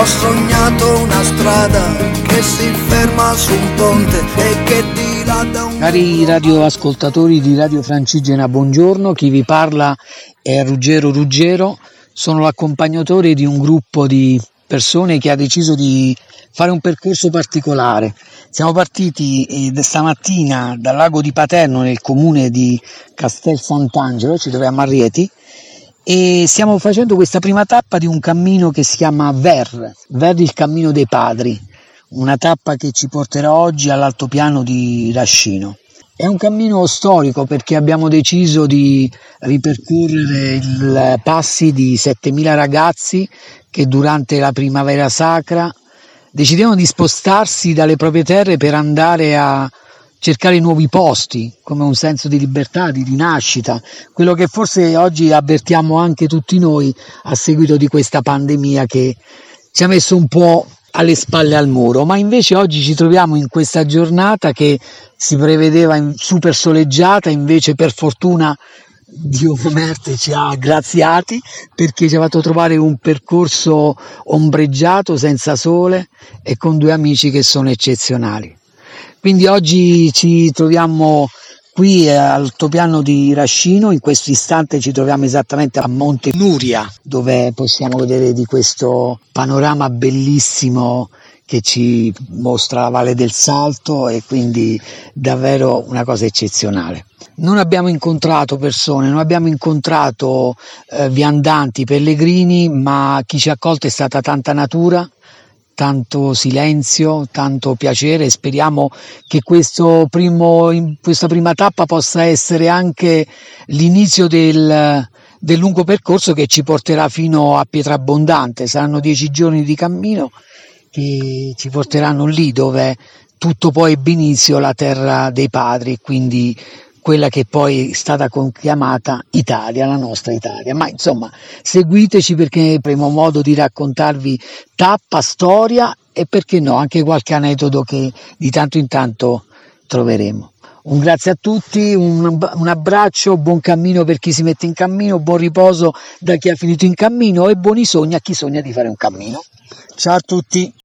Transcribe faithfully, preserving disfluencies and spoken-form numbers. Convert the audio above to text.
Ho sognato una strada che si ferma su un ponte e che dilata un... Cari radioascoltatori di Radio Francigena, buongiorno. Chi vi parla è Ruggero Ruggero. Sono l'accompagnatore di un gruppo di persone che ha deciso di fare un percorso particolare. Siamo partiti eh, stamattina dal lago di Paterno, nel comune di Castel Sant'Angelo, ci troviamo a Rieti, e stiamo facendo questa prima tappa di un cammino che si chiama Ver, Ver il cammino dei padri, una tappa che ci porterà oggi all'altopiano di Rascino. È un cammino storico perché abbiamo deciso di ripercorrere i passi di settemila ragazzi che durante la primavera sacra decidevano di spostarsi dalle proprie terre per andare a cercare nuovi posti, come un senso di libertà, di rinascita, quello che forse oggi avvertiamo anche tutti noi a seguito di questa pandemia che ci ha messo un po' alle spalle al muro, ma invece oggi ci troviamo in questa giornata che si prevedeva super soleggiata, invece per fortuna Dio Merte ci ha graziati perché ci ha fatto trovare un percorso ombreggiato, senza sole e con due amici che sono eccezionali. Quindi oggi ci troviamo qui all'altopiano di Rascino, in questo istante ci troviamo esattamente a Monte Nuria, dove possiamo vedere di questo panorama bellissimo che ci mostra la Valle del Salto, e quindi davvero una cosa eccezionale. Non abbiamo incontrato persone, non abbiamo incontrato eh, viandanti, pellegrini, ma chi ci ha accolto è stata tanta natura, tanto silenzio, tanto piacere, e speriamo che questo primo, questa prima tappa possa essere anche l'inizio del, del lungo percorso che ci porterà fino a Pietrabondante. Saranno dieci giorni di cammino che ci porteranno lì dove tutto poi ebbe inizio, la terra dei padri, quindi quella che poi è stata chiamata Italia, la nostra Italia. Ma insomma, seguiteci perché avremo modo di raccontarvi tappa, storia e perché no, anche qualche aneddoto che di tanto in tanto troveremo. Un grazie a tutti, un, un abbraccio, buon cammino per chi si mette in cammino, buon riposo da chi ha finito in cammino e buoni sogni a chi sogna di fare un cammino. Ciao a tutti!